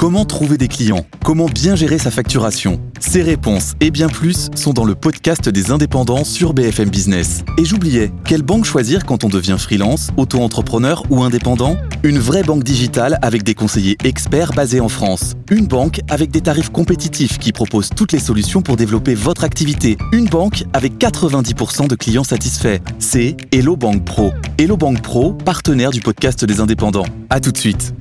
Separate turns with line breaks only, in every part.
Comment trouver des clients ? Comment bien gérer sa facturation ? Ces réponses et bien plus sont dans le podcast des indépendants sur BFM Business. Et j'oubliais, quelle banque choisir quand on devient freelance, auto-entrepreneur ou indépendant ? Une vraie banque digitale avec des conseillers experts basés en France. Une banque avec des tarifs compétitifs qui propose toutes les solutions pour développer votre activité. Une banque avec 90% de clients satisfaits. C'est Hello Bank Pro. Hello Bank Pro, partenaire du podcast des indépendants. À tout de suite.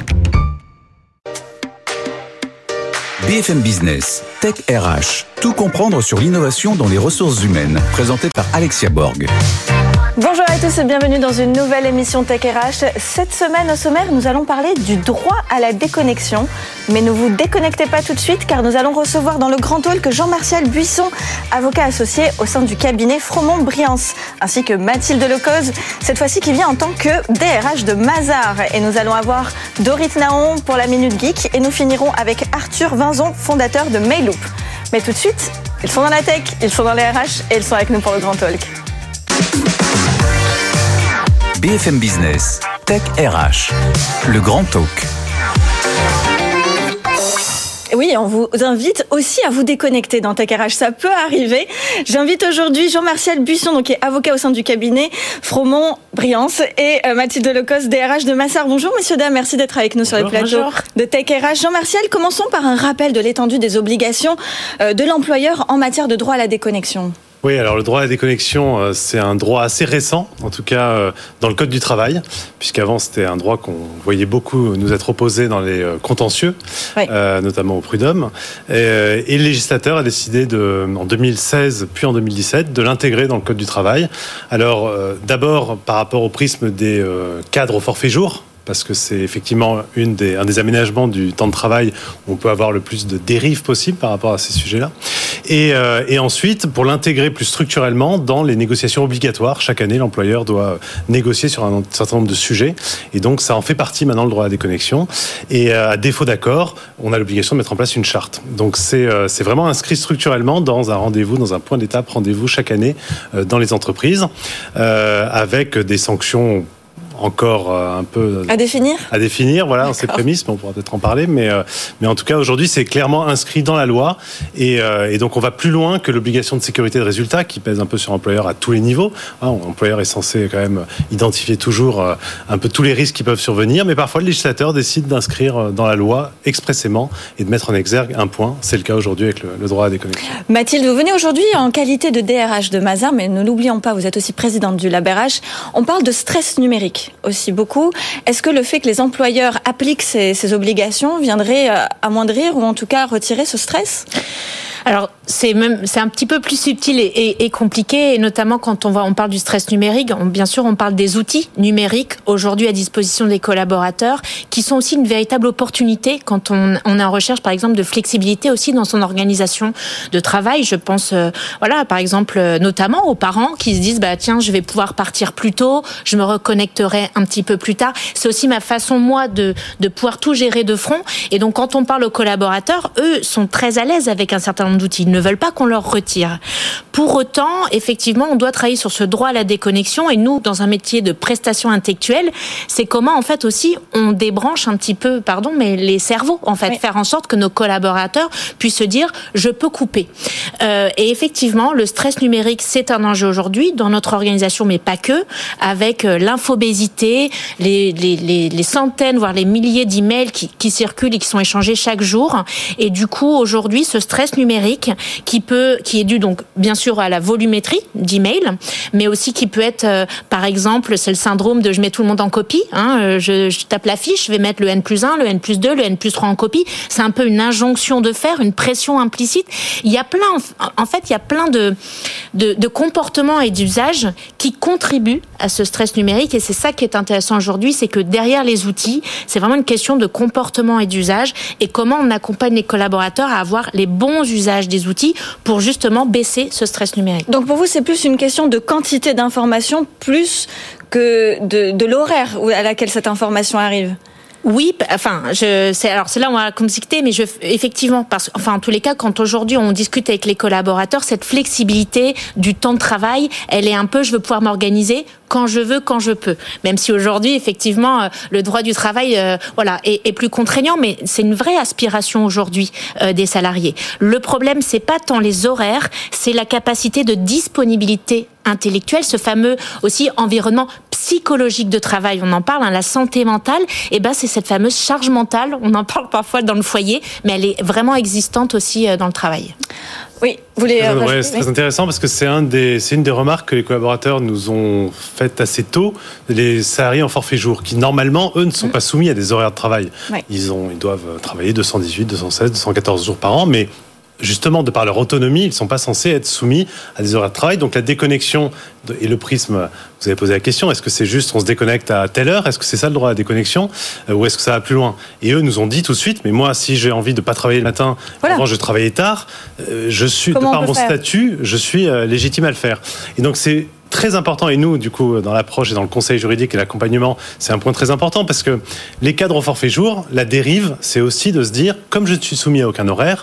BFM Business, Tech RH. Tout comprendre sur l'innovation dans les ressources humaines. Présenté par Alexia Borg.
Bonjour à tous et bienvenue dans une nouvelle émission Tech RH. Cette semaine au sommaire, nous allons parler du droit à la déconnexion. Mais ne vous déconnectez pas tout de suite car nous allons recevoir dans le grand hall que Jean-Martial Buisson, avocat associé au sein du cabinet Fromont-Briance, ainsi que Mathilde Lecoz, cette fois-ci qui vient en tant que DRH de Mazars. Et nous allons avoir Dorit Naon pour la Minute Geek et nous finirons avec Arthur Vinzon, fondateur de Mailoop. Mais tout de suite, ils sont dans la tech, ils sont dans les RH et ils sont avec nous pour le grand talk.
BFM Business, Tech RH, le grand talk.
Oui, on vous invite aussi à vous déconnecter dans Tech RH, ça peut arriver. J'invite aujourd'hui Jean-Martial Buisson, qui est avocat au sein du cabinet Fromont-Briance, et Mathilde Lecoz, DRH de Mazars. Bonjour messieurs, dames, merci d'être avec nous sur le plateau de Tech RH. Jean-Martial, commençons par un rappel de l'étendue des obligations de l'employeur en matière de droit à la déconnexion.
Oui, alors le droit à la déconnexion, c'est un droit assez récent, en tout cas dans le Code du travail, puisqu'avant c'était un droit qu'on voyait beaucoup nous être opposé dans les contentieux, oui. Notamment au prud'homme. Et le législateur a décidé en 2016 puis en 2017 de l'intégrer dans le Code du travail. Alors d'abord par rapport au prisme des cadres au forfait jour, parce que c'est effectivement un des aménagements du temps de travail où on peut avoir le plus de dérives possible par rapport à ces sujets-là. Et ensuite, pour l'intégrer plus structurellement dans les négociations obligatoires. Chaque année, l'employeur doit négocier sur un certain nombre de sujets. Et donc, ça en fait partie maintenant, le droit à la déconnexion. Et à défaut d'accord, on a l'obligation de mettre en place une charte. Donc, c'est vraiment inscrit structurellement dans un rendez-vous, dans un point d'étape rendez-vous chaque année dans les entreprises, avec des sanctions encore un peu
à définir,
voilà, ces prémices, mais on pourra peut-être en parler, mais en tout cas aujourd'hui c'est clairement inscrit dans la loi et donc on va plus loin que l'obligation de sécurité de résultat qui pèse un peu sur l'employeur à tous les niveaux. L'employeur est censé quand même identifier toujours un peu tous les risques qui peuvent survenir, mais parfois le législateur décide d'inscrire dans la loi expressément et de mettre en exergue un point. C'est le cas aujourd'hui avec le droit à la déconnexion.
Mathilde, vous venez aujourd'hui en qualité de DRH de Mazars, mais ne l'oublions pas, vous êtes aussi présidente du Lab RH. On parle de stress numérique aussi beaucoup. Est-ce que le fait que les employeurs appliquent ces obligations viendrait amoindrir ou en tout cas retirer ce stress ?
Alors, c'est un petit peu plus subtil et compliqué, et notamment quand on parle du stress numérique, bien sûr, on parle des outils numériques aujourd'hui à disposition des collaborateurs, qui sont aussi une véritable opportunité quand on est en recherche, par exemple, de flexibilité aussi dans son organisation de travail. Je pense, par exemple, notamment aux parents qui se disent, tiens, je vais pouvoir partir plus tôt, je me reconnecterai un petit peu plus tard. C'est aussi ma façon, moi, de pouvoir tout gérer de front. Et donc, quand on parle aux collaborateurs, eux sont très à l'aise avec un certain nombre d'outils. Ils ne veulent pas qu'on leur retire. Pour autant, effectivement, on doit travailler sur ce droit à la déconnexion. Et nous, dans un métier de prestation intellectuelle, c'est comment, en fait, aussi, on débranche un petit peu, mais les cerveaux, en fait. Oui. Faire en sorte que nos collaborateurs puissent se dire, je peux couper. Et effectivement, le stress numérique, c'est un enjeu aujourd'hui dans notre organisation, mais pas que, avec l'infobésité, les centaines, voire les milliers d'emails qui circulent et qui sont échangés chaque jour. Et du coup, aujourd'hui, ce stress numérique qui est dû donc bien sûr à la volumétrie d'email, mais aussi qui peut être par exemple, c'est le syndrome de je mets tout le monde en copie, je tape la fiche, je vais mettre le N+1, le N+2, le N+3 en copie. C'est un peu une injonction de faire, une pression implicite. Il y a plein de comportements et d'usages qui contribuent à ce stress numérique, et c'est ça qui est intéressant aujourd'hui, c'est que derrière les outils, c'est vraiment une question de comportement et d'usage, et comment on accompagne les collaborateurs à avoir les bons usages des outils pour justement baisser ce stress numérique.
Donc pour vous, c'est plus une question de quantité d'informations plus que de l'horaire à laquelle cette information arrive ?
Oui, enfin, c'est là où on a la complexité, mais effectivement, en tous les cas, quand aujourd'hui on discute avec les collaborateurs, cette flexibilité du temps de travail, elle est un peu, je veux pouvoir m'organiser quand je veux, quand je peux. Même si aujourd'hui, effectivement, le droit du travail, est plus contraignant, mais c'est une vraie aspiration aujourd'hui des salariés. Le problème, c'est pas tant les horaires, c'est la capacité de disponibilité intellectuelle, ce fameux aussi environnement psychologique de travail, on en parle, la santé mentale, c'est cette fameuse charge mentale, on en parle parfois dans le foyer, mais elle est vraiment existante aussi dans le travail.
Oui, vous voulez
c'est très intéressant parce que c'est une des remarques que les collaborateurs nous ont faites assez tôt, les salariés en forfait jour, qui normalement, eux, ne sont pas soumis à des horaires de travail. Ouais. Ils doivent travailler 218, 216, 214 jours par an, mais justement, de par leur autonomie, ils ne sont pas censés être soumis à des horaires de travail. Donc la déconnexion et le prisme, vous avez posé la question, est-ce que c'est juste on se déconnecte à telle heure ? Est-ce que c'est ça le droit à la déconnexion ? Ou est-ce que ça va plus loin ? Et eux nous ont dit tout de suite, mais moi, si j'ai envie de ne pas travailler le matin, avant je travaillais tard, de par mon statut, je suis légitime à le faire. Et donc c'est très important, et nous, du coup, dans l'approche et dans le conseil juridique et l'accompagnement, c'est un point très important parce que les cadres au forfait jour, la dérive, c'est aussi de se dire, comme je ne suis soumis à aucun horaire,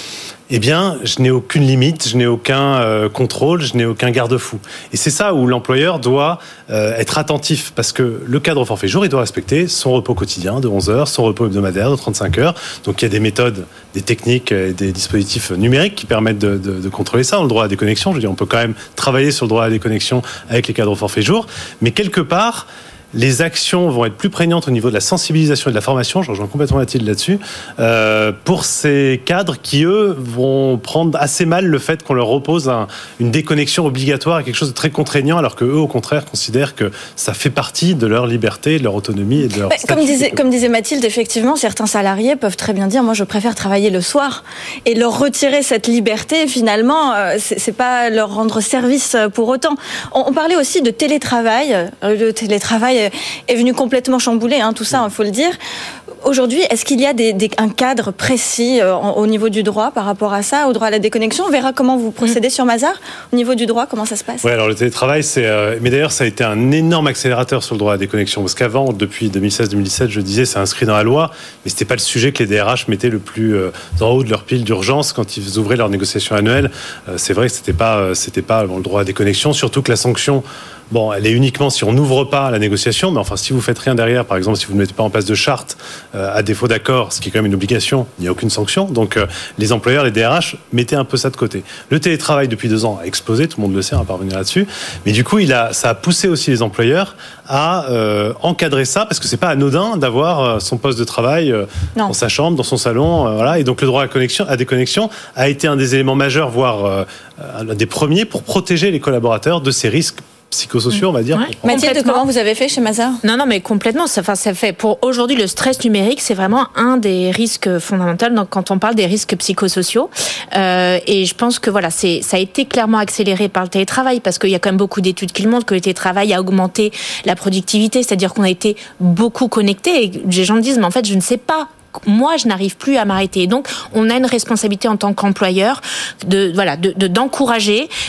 je n'ai aucune limite, je n'ai aucun contrôle, je n'ai aucun garde-fou. Et c'est ça où l'employeur doit être attentif, parce que le cadre au forfait jour, il doit respecter son repos quotidien de 11 heures, son repos hebdomadaire de 35 heures. Donc il y a des méthodes, des techniques, des dispositifs numériques qui permettent de contrôler ça. Dans le droit à la déconnexion, je veux dire, on peut quand même travailler sur le droit à la déconnexion avec les cadres au forfait jour, mais quelque part, les actions vont être plus prégnantes au niveau de la sensibilisation et de la formation, je rejoins complètement Mathilde là-dessus, pour ces cadres qui, eux, vont prendre assez mal le fait qu'on leur oppose une déconnexion obligatoire et quelque chose de très contraignant, alors qu'eux, au contraire, considèrent que ça fait partie de leur liberté, de leur autonomie et de leur statut.
Comme disait Mathilde, effectivement, certains salariés peuvent très bien dire « moi, je préfère travailler le soir » et leur retirer cette liberté, finalement, c'est pas leur rendre service pour autant. On parlait aussi de télétravail. Le télétravail est venu complètement chambouler, tout ça, il faut le dire. Aujourd'hui, est-ce qu'il y a un cadre précis au niveau du droit par rapport à ça, au droit à la déconnexion ? On verra comment vous procédez sur Mazars. Au niveau du droit, comment ça se passe ?
Oui, alors le télétravail, mais d'ailleurs, ça a été un énorme accélérateur sur le droit à la déconnexion. Parce qu'avant, depuis 2016-2017, je disais, c'est inscrit dans la loi, mais c'était pas le sujet que les DRH mettaient le plus en haut de leur pile d'urgence quand ils ouvraient leurs négociations annuelles. C'est vrai que c'était pas le droit à la déconnexion, surtout que la sanction, elle est uniquement si on n'ouvre pas la négociation, mais enfin, si vous faites rien derrière, par exemple, si vous ne mettez pas en place de charte, à défaut d'accord, ce qui est quand même une obligation, il n'y a aucune sanction. Donc, les employeurs, les DRH, mettaient un peu ça de côté. Le télétravail, depuis 2 ans, a explosé, tout le monde le sait, on va pas revenir là-dessus. Mais du coup, ça a poussé aussi les employeurs à encadrer ça, parce que c'est pas anodin d'avoir son poste de travail dans sa chambre, dans son salon, voilà. Et donc, le droit à déconnexion a été un des éléments majeurs, voire un des premiers, pour protéger les collaborateurs de ces risques psychosociaux, on va dire. Ouais.
Mathilde, comment vous avez fait chez Mazars ?
Non, mais complètement. Ça fait pour aujourd'hui le stress numérique, c'est vraiment un des risques fondamentaux. Donc, quand on parle des risques psychosociaux, et je pense que ça a été clairement accéléré par le télétravail, parce qu'il y a quand même beaucoup d'études qui le montrent que le télétravail a augmenté la productivité, c'est-à-dire qu'on a été beaucoup connectés. Et les gens me disent, mais en fait, je ne sais pas. Moi, je n'arrive plus à m'arrêter. Donc, on a une responsabilité en tant qu'employeur d'encourager,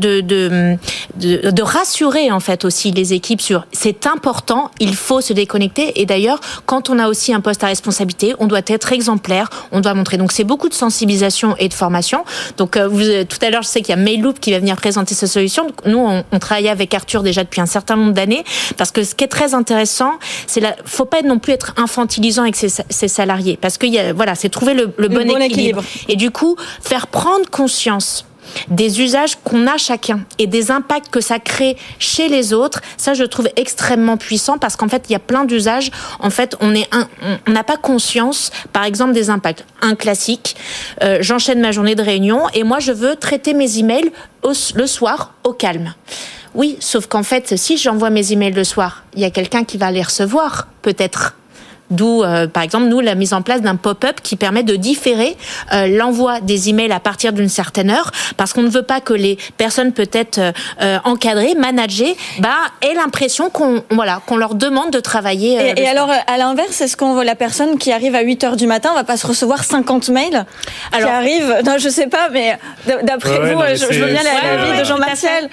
de rassurer en fait aussi les équipes sur c'est important, il faut se déconnecter. Et d'ailleurs, quand on a aussi un poste à responsabilité, on doit être exemplaire, on doit montrer. Donc, c'est beaucoup de sensibilisation et de formation. Donc, tout à l'heure, je sais qu'il y a Mail-Loop qui va venir présenter cette solution. Donc, nous, on travaille avec Arthur déjà depuis un certain nombre d'années, parce que ce qui est très intéressant, faut pas non plus être infantilisant avec ses salariés. Parce que c'est trouver le bon équilibre. Et du coup, faire prendre conscience des usages qu'on a chacun et des impacts que ça crée chez les autres, ça je trouve extrêmement puissant, parce qu'en fait il y a plein d'usages, en fait on n'a pas conscience, par exemple des impacts. Un classique, j'enchaîne ma journée de réunion et moi je veux traiter mes emails le soir au calme. Oui, sauf qu'en fait si j'envoie mes emails le soir, il y a quelqu'un qui va les recevoir peut-être. D'où, par exemple, nous, la mise en place d'un pop-up qui permet de différer l'envoi des emails à partir d'une certaine heure, parce qu'on ne veut pas que les personnes peut-être encadrées, managées, aient l'impression qu'on leur demande de travailler.
Et alors, à l'inverse, est-ce qu'on voit la personne qui arrive à 8h du matin, va pas se recevoir 50 mails qui arrivent ? Non, je sais pas, mais d'après vous, je veux bien l'avis de Jean-Martial.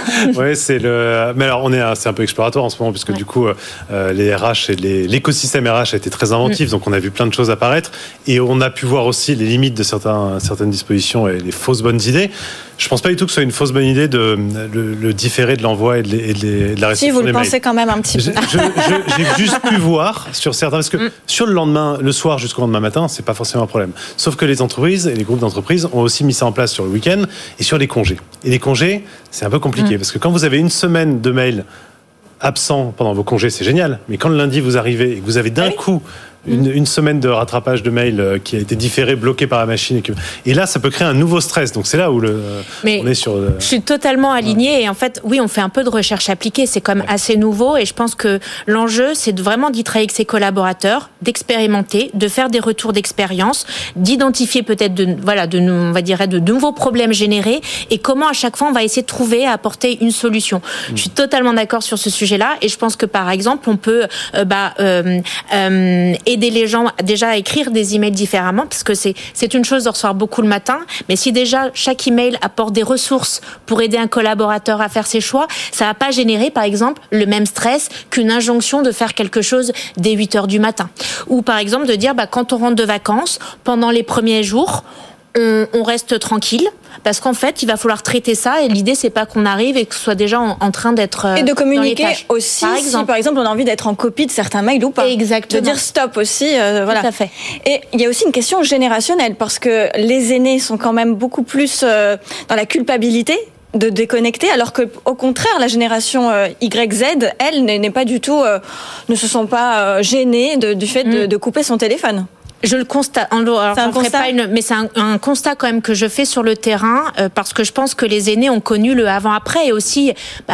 Oui, mais alors, c'est un peu exploratoire en ce moment, puisque du coup, les RH et l'écosystème RH RH a été très inventif, donc on a vu plein de choses apparaître et on a pu voir aussi les limites de certaines dispositions et les fausses bonnes idées. Je pense pas du tout que ce soit une fausse bonne idée de le différer de l'envoi et de la réception.
Si vous
des
le
mails.
pensez quand même un petit peu.
J'ai juste pu voir sur certains, parce que sur le lendemain, le soir jusqu'au lendemain matin, c'est pas forcément un problème. Sauf que les entreprises et les groupes d'entreprises ont aussi mis ça en place sur le week-end et sur les congés. Et les congés, c'est un peu compliqué parce que quand vous avez une semaine de mails absents pendant vos congés, c'est génial. Mais quand le lundi vous arrivez et que vous avez d'un coup une semaine de rattrapage de mails qui a été différé, bloqué par la machine. Et là, ça peut créer un nouveau stress. Donc, c'est là où on est sur...
Je suis totalement alignée. Et en fait, oui, on fait un peu de recherche appliquée. C'est quand même assez nouveau. Et je pense que l'enjeu, c'est vraiment d'y travailler avec ses collaborateurs, d'expérimenter, de faire des retours d'expérience, d'identifier peut-être de nouveaux problèmes générés et comment à chaque fois on va essayer de trouver, à apporter une solution. Je suis totalement d'accord sur ce sujet-là. Et je pense que, par exemple, on peut aider les gens déjà à écrire des emails différemment, parce que c'est une chose de recevoir beaucoup le matin, mais si déjà chaque email apporte des ressources pour aider un collaborateur à faire ses choix, ça va pas générer par exemple le même stress qu'une injonction de faire quelque chose dès 8h du matin. Ou par exemple de dire quand on rentre de vacances, pendant les premiers jours, on reste tranquille, parce qu'en fait, il va falloir traiter ça, et l'idée, c'est pas qu'on arrive et que ce soit déjà en train d'être
et de communiquer
dans les tâches.
aussi, si par exemple, on a envie d'être en copie de certains mails ou pas.
Exactement.
De dire stop aussi, voilà.
Tout à fait.
Et il y a aussi une question générationnelle, parce que les aînés sont quand même beaucoup plus dans la culpabilité de déconnecter, alors que au contraire, la génération YZ, elle, n'est pas du tout, ne se sont pas gênés du fait de couper son téléphone.
Je le constate. Mais c'est un constat quand même que je fais sur le terrain, parce que je pense que les aînés ont connu le avant-après et aussi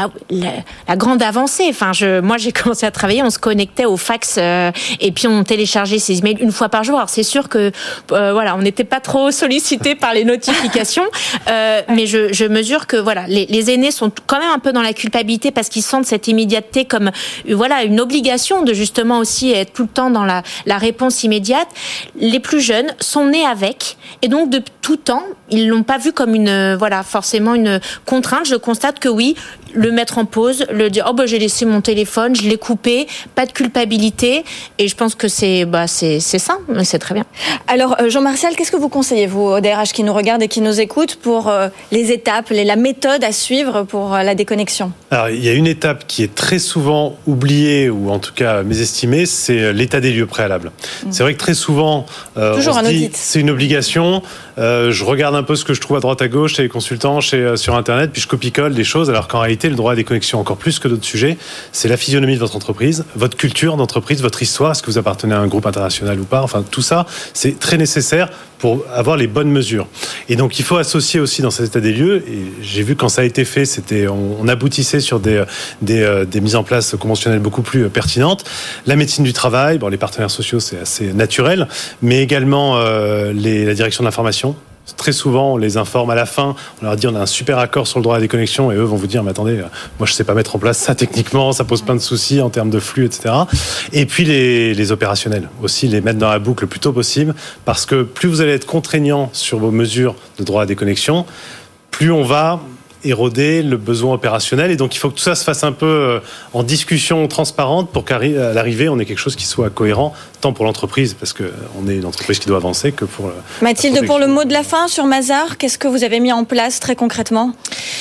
la grande avancée. Enfin, moi, j'ai commencé à travailler, on se connectait au fax et puis on téléchargeait ses emails une fois par jour. Alors c'est sûr que on n'était pas trop sollicité par les notifications, mais je mesure que les aînés sont quand même un peu dans la culpabilité parce qu'ils sentent cette immédiateté comme une obligation de justement aussi être tout le temps dans la réponse immédiate. Les plus jeunes sont nés avec, et donc de tout temps, ils l'ont pas vu comme forcément une contrainte. Je constate que oui, le mettre en pause, le dire j'ai laissé mon téléphone, je l'ai coupé, pas de culpabilité, et je pense que c'est ça, c'est très bien.
Alors Jean-Martial, qu'est-ce que vous conseillez, vous, aux DRH qui nous regardent et qui nous écoutent, pour les étapes, la méthode à suivre pour la déconnexion?
Alors, il y a une étape qui est très souvent oubliée, ou en tout cas mésestimée, c'est l'état des lieux préalable. C'est vrai que très souvent,
toujours
on se dit, c'est une obligation, je regarde un peu ce que je trouve à droite à gauche chez les consultants, sur Internet, puis je copie-colle des choses, alors qu'en réalité, le droit à déconnexion, encore plus que d'autres sujets, c'est la physionomie de votre entreprise, votre culture d'entreprise, votre histoire, est-ce que vous appartenez à un groupe international ou pas, enfin tout ça, c'est très nécessaire pour avoir les bonnes mesures. Et donc, il faut associer aussi dans cet état des lieux, et j'ai vu quand ça a été fait, on aboutissait sur des mises en place conventionnelles beaucoup plus pertinentes. La médecine du travail, les partenaires sociaux, c'est assez naturel, mais également la direction de l'information. Très souvent, on les informe à la fin, on leur dit on a un super accord sur le droit à la déconnexion, et eux vont vous dire mais attendez, moi je sais pas mettre en place ça techniquement, ça pose plein de soucis en termes de flux, etc. Et puis les opérationnels aussi, les mettre dans la boucle le plus tôt possible, parce que plus vous allez être contraignant sur vos mesures de droit à la déconnexion, plus on va éroder le besoin opérationnel, et donc il faut que tout ça se fasse un peu en discussion transparente pour qu'à l'arrivée on ait quelque chose qui soit cohérent, tant pour l'entreprise, parce qu'on est une entreprise qui doit avancer, que pour
Mathilde, pour le mot de la fin sur Mazars, qu'est-ce que vous avez mis en place très concrètement?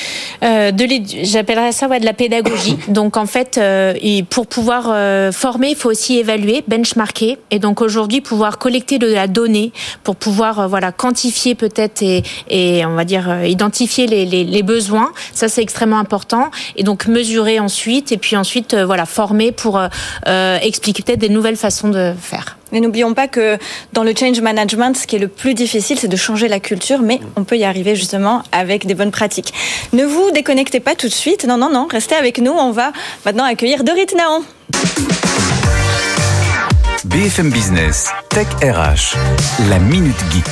J'appellerais ça de la pédagogie. Donc en fait, pour pouvoir former, il faut aussi évaluer, benchmarker, et donc aujourd'hui pouvoir collecter de la donnée pour pouvoir quantifier peut-être et on va dire identifier les besoins. Ça c'est extrêmement important, et donc mesurer ensuite, et puis ensuite former pour expliquer peut-être des nouvelles façons de faire.
Mais n'oublions pas que dans le change management, ce qui est le plus difficile, c'est de changer la culture, mais on peut y arriver justement avec des bonnes pratiques. Ne vous déconnectez pas tout de suite, non, restez avec nous, on va maintenant accueillir Dorit Nahan.
BFM Business, Tech RH, la Minute Geek.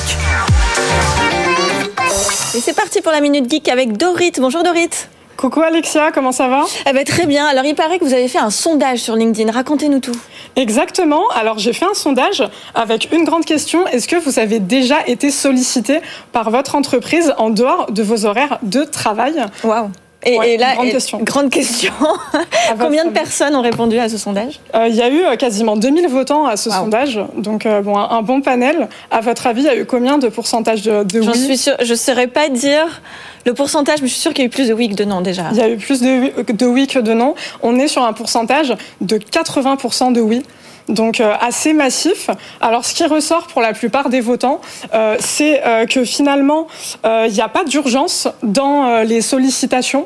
Et c'est parti pour la Minute Geek avec Dorit. Bonjour Dorit.
Coucou Alexia, comment ça va ?
Très bien. Alors il paraît que vous avez fait un sondage sur LinkedIn. Racontez-nous tout.
Exactement. Alors j'ai fait un sondage avec une grande question. Est-ce que vous avez déjà été sollicité par votre entreprise en dehors de vos horaires de travail ?
Waouh. Et là,
grande question.
Combien de personnes ont répondu à ce sondage ?
Il y a eu quasiment 2000 votants à ce sondage, donc un bon panel. À votre avis, il y a eu combien de pourcentage de oui ?
J'en suis sûre, je ne saurais pas dire le pourcentage, mais je suis sûre qu'il y a eu plus de oui que de non déjà.
Il y a eu plus de oui que de non. On est sur un pourcentage de 80% de oui. Donc assez massif. Alors ce qui ressort pour la plupart des votants, c'est que finalement il n'y a pas d'urgence dans les sollicitations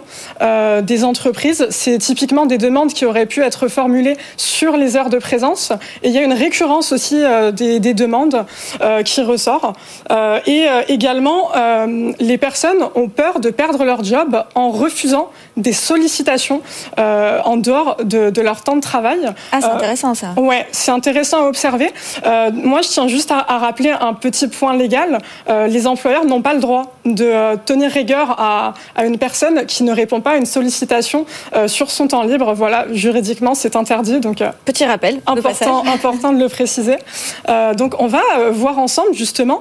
des entreprises. C'est typiquement des demandes qui auraient pu être formulées sur les heures de présence. Et il y a une récurrence aussi des demandes qui ressort. Et également les personnes ont peur de perdre leur job en refusant des sollicitations en dehors de leur temps de travail.
Ah, c'est intéressant ça.
Ouais. C'est intéressant à observer. Moi, je tiens juste à rappeler un petit point légal. Les employeurs n'ont pas le droit de tenir rigueur à une personne qui ne répond pas à une sollicitation sur son temps libre. Voilà, juridiquement, c'est interdit. Donc,
petit rappel,
important de le préciser. Donc, on va voir ensemble justement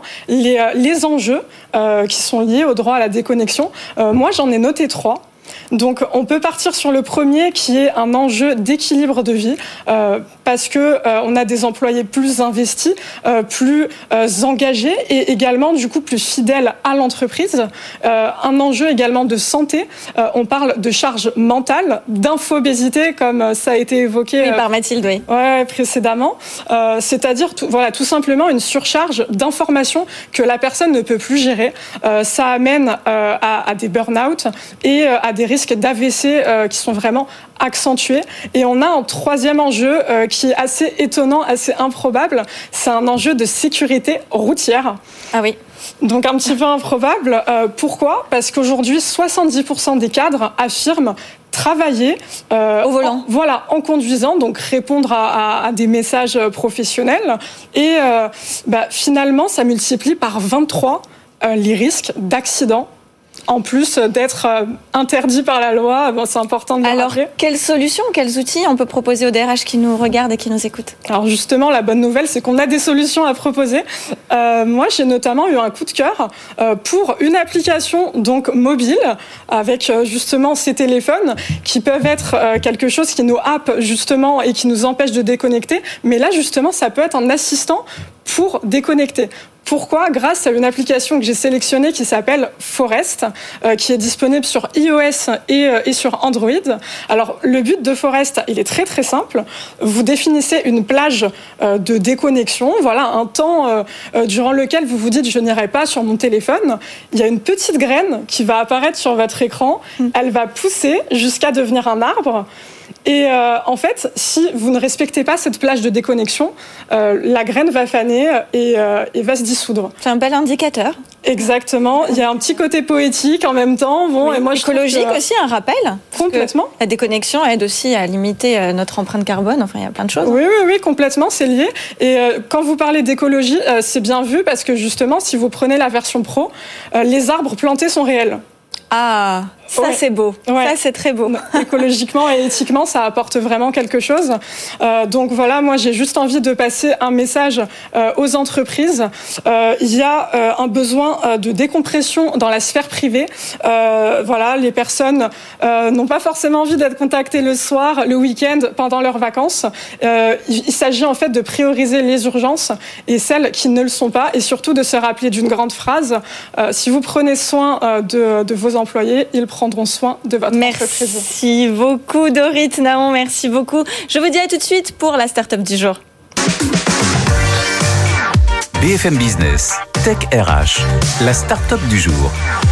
les enjeux qui sont liés au droit à la déconnexion. Moi, j'en ai noté 3. Donc, on peut partir sur le premier qui est un enjeu d'équilibre de vie parce que on a des employés plus investis, plus engagés et également du coup plus fidèles à l'entreprise. Un enjeu également de santé. On parle de charge mentale, d'infobésité comme ça a été évoqué
par Mathilde, oui.
Précédemment. C'est-à-dire tout simplement une surcharge d'informations que la personne ne peut plus gérer. Ça amène à des burn-out et à des risques d'AVC qui sont vraiment accentués. Et on a un troisième enjeu qui est assez étonnant, assez improbable. C'est un enjeu de sécurité routière.
Ah oui.
Donc un petit peu improbable. Pourquoi ? Parce qu'aujourd'hui, 70% des cadres affirment travailler
au volant.
En conduisant, donc répondre à des messages professionnels. Et finalement, ça multiplie par 23 les risques d'accidents. En plus d'être interdit par la loi, c'est important de le rappeler.
Alors, quelles solutions, quels outils on peut proposer aux DRH qui nous regardent et qui nous écoutent ?
Alors justement, la bonne nouvelle, c'est qu'on a des solutions à proposer. Moi, j'ai notamment eu un coup de cœur pour une application donc mobile avec justement ces téléphones qui peuvent être quelque chose qui nous happe justement et qui nous empêche de déconnecter. Mais là, justement, ça peut être un assistant pour déconnecter. Pourquoi ? Grâce à une application que j'ai sélectionnée qui s'appelle Forest, qui est disponible sur iOS et sur Android. Alors, le but de Forest, il est très très simple. Vous définissez une plage de déconnexion, voilà, un temps durant lequel vous vous dites « je n'irai pas sur mon téléphone ». Il y a une petite graine qui va apparaître sur votre écran. Elle va pousser jusqu'à devenir un arbre. Et en fait, si vous ne respectez pas cette plage de déconnexion, la graine va faner et va se dissoudre.
C'est un bel indicateur.
Exactement. Il y a un petit côté poétique en même temps.
Et moi, écologique aussi, un rappel.
Complètement.
La déconnexion aide aussi à limiter notre empreinte carbone. Enfin, il y a plein de choses.
Oui, complètement, c'est lié. Et quand vous parlez d'écologie, c'est bien vu parce que justement, si vous prenez la version pro, les arbres plantés sont réels.
Ah, ça c'est beau. Ouais. Ça c'est très beau.
Écologiquement et éthiquement, ça apporte vraiment quelque chose. Donc voilà, moi j'ai juste envie de passer un message aux entreprises. Il y a un besoin de décompression dans la sphère privée. Voilà, les personnes n'ont pas forcément envie d'être contactées le soir, le week-end, pendant leurs vacances. Il s'agit en fait de prioriser les urgences et celles qui ne le sont pas, et surtout de se rappeler d'une grande phrase. Si vous prenez soin de vos employés, ils prendront soin de votre entreprise.
Merci beaucoup Dorit Naon, merci beaucoup. Je vous dis à tout de suite pour la start-up du jour.
BFM Business, Tech RH, la start-up du jour.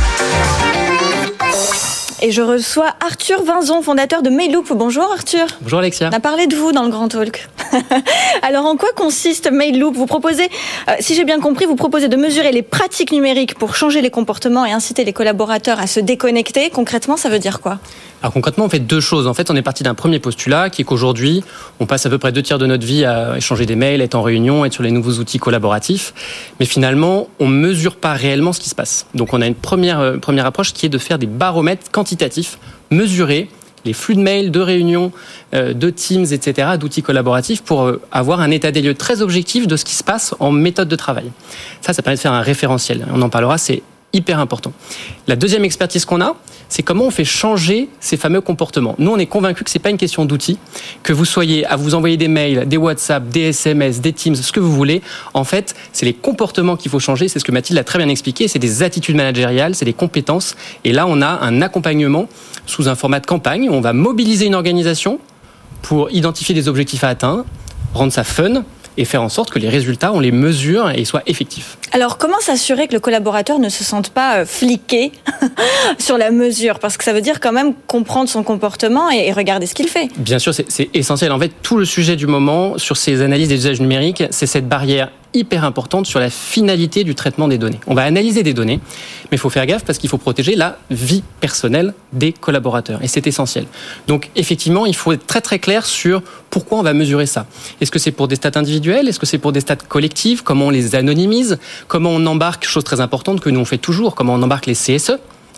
Et je reçois Arthur Vinzon, fondateur de Mailloop. Bonjour Arthur.
Bonjour Alexia.
On a parlé de vous dans le Grand Talk. Alors en quoi consiste Mailloop ? Vous proposez, si j'ai bien compris, vous proposez de mesurer les pratiques numériques pour changer les comportements et inciter les collaborateurs à se déconnecter. Concrètement, ça veut dire quoi ?
Alors concrètement, on fait deux choses. En fait, on est parti d'un premier postulat qui est qu'aujourd'hui, on passe à peu près 2/3 de notre vie à échanger des mails, être en réunion, être sur les nouveaux outils collaboratifs. Mais finalement, on mesure pas réellement ce qui se passe. Donc on a une première approche qui est de faire des baromètres quantitatifs, mesurer les flux de mails, de réunions, de Teams, etc., d'outils collaboratifs pour avoir un état des lieux très objectif de ce qui se passe en méthode de travail. Ça permet de faire un référentiel. On en parlera, c'est hyper important. La deuxième expertise qu'on a, c'est comment on fait changer ces fameux comportements. Nous, on est convaincus que c'est pas une question d'outils, que vous soyez à vous envoyer des mails, des WhatsApp, des SMS, des Teams, ce que vous voulez. En fait, c'est les comportements qu'il faut changer. C'est ce que Mathilde a très bien expliqué. C'est des attitudes managériales, c'est des compétences. Et là, on a un accompagnement sous un format de campagne où on va mobiliser une organisation pour identifier des objectifs à atteindre, rendre ça fun et faire en sorte que les résultats, on les mesure et soient effectifs.
Alors, comment s'assurer que le collaborateur ne se sente pas fliqué sur la mesure ? Parce que ça veut dire quand même comprendre son comportement et regarder ce qu'il fait.
Bien sûr, c'est essentiel. En fait, tout le sujet du moment sur ces analyses des usages numériques, c'est cette barrière hyper importante sur la finalité du traitement des données. On va analyser des données, mais il faut faire gaffe parce qu'il faut protéger la vie personnelle des collaborateurs. Et c'est essentiel. Donc, effectivement, il faut être très très clair sur pourquoi on va mesurer ça. Est-ce que c'est pour des stats individuelles ? Est-ce que c'est pour des stats collectives ? Comment on les anonymise ? Comment on embarque, chose très importante que nous on fait toujours, comment on embarque les CSE,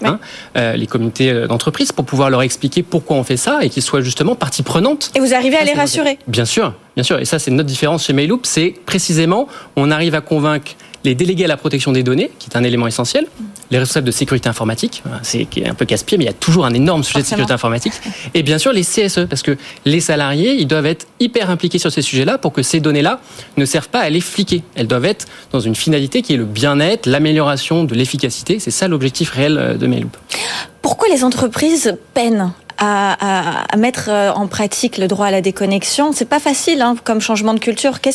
les comités d'entreprise, pour pouvoir leur expliquer pourquoi on fait ça et qu'ils soient justement partie prenante.
Et vous arrivez à les rassurer ?
Bien sûr. Et ça, c'est notre différence chez Mailloop, c'est précisément, on arrive à convaincre les délégués à la protection des données, qui est un élément essentiel, les responsables de sécurité informatique, c'est un peu casse-pied, mais il y a toujours un énorme sujet de sécurité informatique, et bien sûr les CSE, parce que les salariés, ils doivent être hyper impliqués sur ces sujets-là pour que ces données-là ne servent pas à les fliquer. Elles doivent être dans une finalité qui est le bien-être, l'amélioration de l'efficacité, c'est ça l'objectif réel de Mailloop.
Pourquoi les entreprises peinent à mettre en pratique le droit à la déconnexion? C'est pas facile comme changement de culture. Qu'est-ce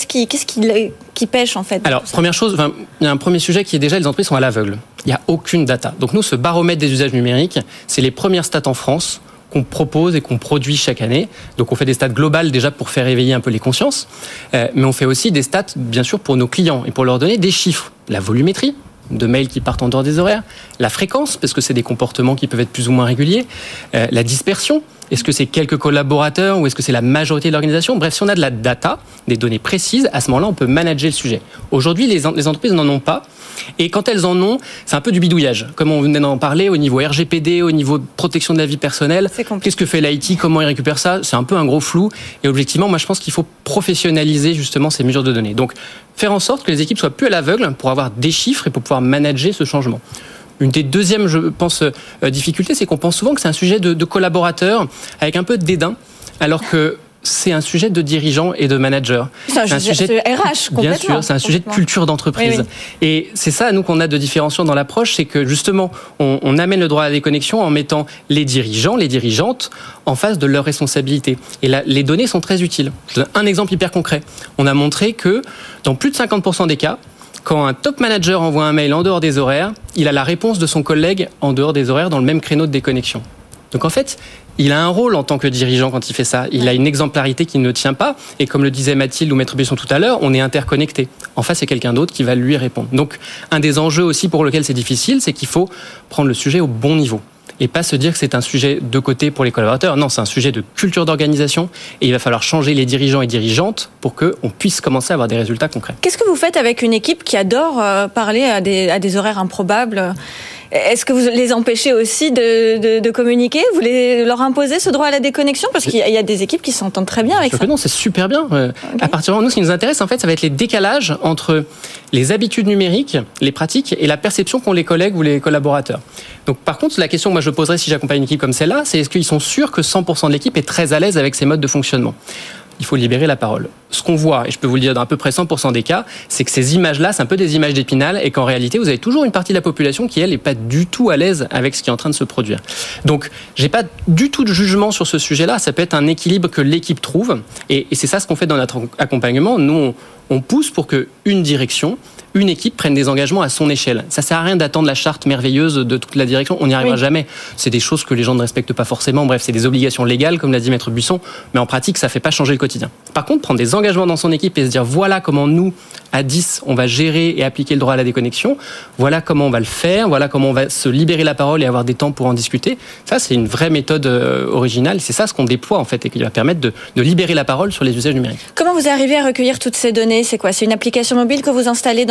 qui pêche en fait?
Alors, première chose, il y a un premier sujet qui est déjà les entreprises sont à l'aveugle. Il n'y a aucune data. Donc nous, ce baromètre des usages numériques, c'est les premières stats en France qu'on propose et qu'on produit chaque année. Donc on fait des stats globales déjà pour faire éveiller un peu les consciences, mais on fait aussi des stats bien sûr pour nos clients et pour leur donner des chiffres. La volumétrie de mails qui partent en dehors des horaires, la fréquence, parce que c'est des comportements qui peuvent être plus ou moins réguliers, la dispersion, est-ce que c'est quelques collaborateurs ou est-ce que c'est la majorité de l'organisation? Bref, si on a de la data, des données précises, à ce moment-là, on peut manager le sujet. Aujourd'hui, les entreprises n'en ont pas. Et quand elles en ont, c'est un peu du bidouillage. Comme on venait d'en parler, au niveau RGPD, au niveau de protection de la vie personnelle, qu'est-ce que fait l'IT, comment il récupère ça? C'est un peu un gros flou. Et objectivement, moi, je pense qu'il faut professionnaliser justement ces mesures de données. Donc, faire en sorte que les équipes soient plus à l'aveugle pour avoir des chiffres et pour pouvoir manager ce changement. Une des deuxièmes, je pense, difficultés, c'est qu'on pense souvent que c'est un sujet de collaborateurs avec un peu de dédain, alors que c'est un sujet de dirigeants et de managers.
C'est un sujet de RH, complètement.
Bien sûr, c'est un sujet de culture d'entreprise. Oui. Et c'est ça, nous, qu'on a de différenciant dans l'approche, c'est que justement, on amène le droit à la déconnexion en mettant les dirigeants, les dirigeantes en face de leurs responsabilités. Et là, les données sont très utiles. Je donne un exemple hyper concret. On a montré que dans plus de 50% des cas, quand un top manager envoie un mail en dehors des horaires, il a la réponse de son collègue en dehors des horaires dans le même créneau de déconnexion. Donc en fait, il a un rôle en tant que dirigeant quand il fait ça. Il a une exemplarité qui ne tient pas. Et comme le disait Mathilde ou Maître Buisson tout à l'heure, on est interconnecté. En face, c'est quelqu'un d'autre qui va lui répondre. Donc un des enjeux aussi pour lequel c'est difficile, c'est qu'il faut prendre le sujet au bon niveau. Et pas se dire que c'est un sujet de côté pour les collaborateurs. Non, c'est un sujet de culture d'organisation et il va falloir changer les dirigeants et dirigeantes pour qu'on puisse commencer à avoir des résultats concrets.
Qu'est-ce que vous faites avec une équipe qui adore parler à des horaires improbables ? Est-ce que vous les empêchez aussi de communiquer ? Vous leur imposez ce droit à la déconnexion ? Parce qu'il y a des équipes qui s'entendent très bien avec ça.
Non, c'est super bien. Okay. À partir du moment où nous, ce qui nous intéresse, en fait, ça va être les décalages entre les habitudes numériques, les pratiques et la perception qu'ont les collègues ou les collaborateurs. Donc, par contre, la question que moi je poserais si j'accompagne une équipe comme celle-là, c'est est-ce qu'ils sont sûrs que 100% de l'équipe est très à l'aise avec ces modes de fonctionnement ? Il faut libérer la parole. Ce qu'on voit, et je peux vous le dire dans à peu près 100% des cas, c'est que ces images-là, c'est un peu des images d'Épinal et qu'en réalité, vous avez toujours une partie de la population qui, elle, n'est pas du tout à l'aise avec ce qui est en train de se produire. Donc, j'ai pas du tout de jugement sur ce sujet-là. Ça peut être un équilibre que l'équipe trouve. Et c'est ça ce qu'on fait dans notre accompagnement. Nous, on pousse pour qu'une direction, une équipe prenne des engagements à son échelle. Ça sert à rien d'attendre la charte merveilleuse de toute la direction. On n'y arrivera jamais. C'est des choses que les gens ne respectent pas forcément. Bref, c'est des obligations légales, comme l'a dit Maître Buisson. Mais en pratique, ça fait pas changer le quotidien. Par contre, prendre des engagements dans son équipe et se dire voilà comment nous, à 10, on va gérer et appliquer le droit à la déconnexion. Voilà comment on va le faire. Voilà comment on va se libérer la parole et avoir des temps pour en discuter. Ça, c'est une vraie méthode originale. C'est ça ce qu'on déploie, en fait, et qui va permettre de libérer la parole sur les usages numériques.
Comment vous arrivez à recueillir toutes ces données ? C'est quoi ? C'est une application mobile que vous installez dans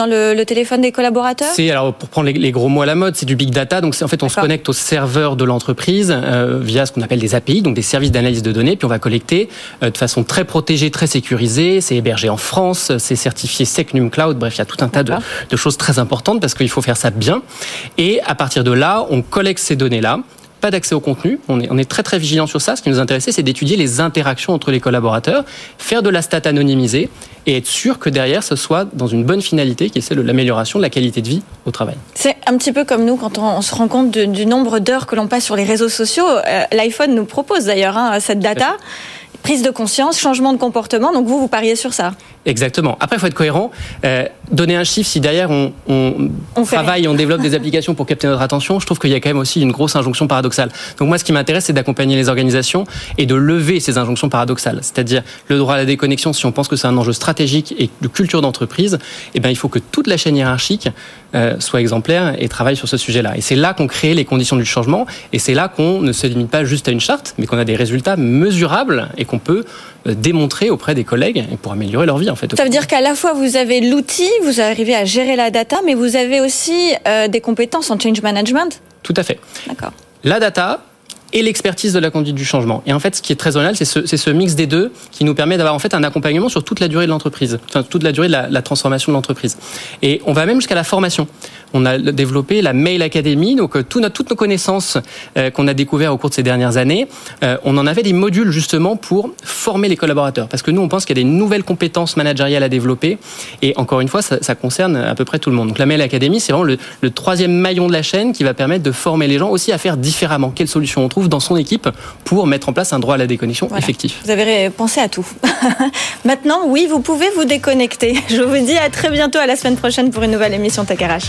dans le téléphone des collaborateurs ?
C'est, alors pour prendre les gros mots à la mode, c'est du big data. Donc en fait, on se connecte au serveur de l'entreprise via ce qu'on appelle des API, donc des services d'analyse de données. Puis on va collecter de façon très protégée, très sécurisée. C'est hébergé en France, c'est certifié Secnum Cloud. Bref, il y a tout un tas de choses très importantes parce qu'il faut faire ça bien. Et à partir de là, on collecte ces données-là. Pas d'accès au contenu. On est très très vigilant sur ça. Ce qui nous intéressait, c'est d'étudier les interactions entre les collaborateurs, faire de la stat anonymisée et être sûr que derrière, ce soit dans une bonne finalité qui est celle de l'amélioration de la qualité de vie au travail.
C'est un petit peu comme nous quand on se rend compte du nombre d'heures que l'on passe sur les réseaux sociaux. L'iPhone nous propose d'ailleurs cette data. Prise de conscience, changement de comportement. Donc vous pariez sur ça.
Exactement. Après, il faut être cohérent. Donner un chiffre, si derrière on travaille, on développe des applications pour capter notre attention, je trouve qu'il y a quand même aussi une grosse injonction paradoxale. Donc moi, ce qui m'intéresse, c'est d'accompagner les organisations et de lever ces injonctions paradoxales. C'est-à-dire le droit à la déconnexion, si on pense que c'est un enjeu stratégique et de culture d'entreprise, eh ben, il faut que toute la chaîne hiérarchique soit exemplaire et travaille sur ce sujet-là. Et c'est là qu'on crée les conditions du changement et c'est là qu'on ne se limite pas juste à une charte, mais qu'on a des résultats mesurables et qu'on peut démontrer auprès des collègues et pour améliorer leur vie en fait.
Ça veut dire qu'à la fois vous avez l'outil, vous arrivez à gérer la data, mais vous avez aussi des compétences en change management.
Tout à fait.
D'accord.
La data et l'expertise de la conduite du changement. Et en fait, ce qui est très original, c'est ce mix des deux qui nous permet d'avoir en fait un accompagnement sur toute la durée de l'entreprise, enfin toute la durée de la transformation de l'entreprise. Et on va même jusqu'à la formation. On a développé la Mail Academy, donc toutes nos connaissances qu'on a découvertes au cours de ces dernières années, on en avait des modules justement pour former les collaborateurs. Parce que nous, on pense qu'il y a des nouvelles compétences managériales à développer. Et encore une fois, ça concerne à peu près tout le monde. Donc la Mail Academy, c'est vraiment le troisième maillon de la chaîne qui va permettre de former les gens aussi à faire différemment. Quelles solutions on trouve dans son équipe pour mettre en place un droit à la déconnexion effectif.
Vous avez pensé à tout. Maintenant, oui, vous pouvez vous déconnecter. Je vous dis à très bientôt, à la semaine prochaine pour une nouvelle émission Tech RH.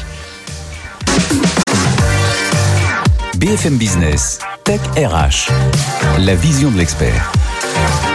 BFM Business, Tech RH, la vision de l'expert.